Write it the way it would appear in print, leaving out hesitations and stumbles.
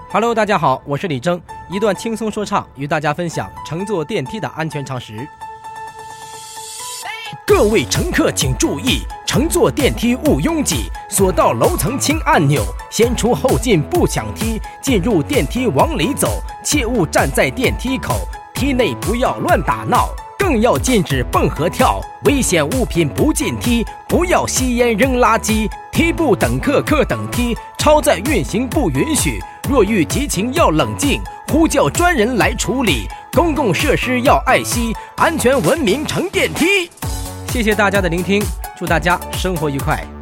Hello， 大家好，我是李征，一段轻松说唱，与大家分享乘坐电梯的安全常识。各位乘客请注意，乘坐电梯勿拥挤，索到楼层轻按钮，先出后进不抢梯，进入电梯往里走，切勿站在电梯口，梯内不要乱打闹，更要禁止蹦和跳，危险物品不进梯，不要吸烟扔垃圾，梯不等客，客等梯，超载运行不允许，若遇急情要冷静，呼叫专人来处理，公共设施要爱惜，安全文明乘电梯。谢谢大家的聆听，祝大家生活愉快。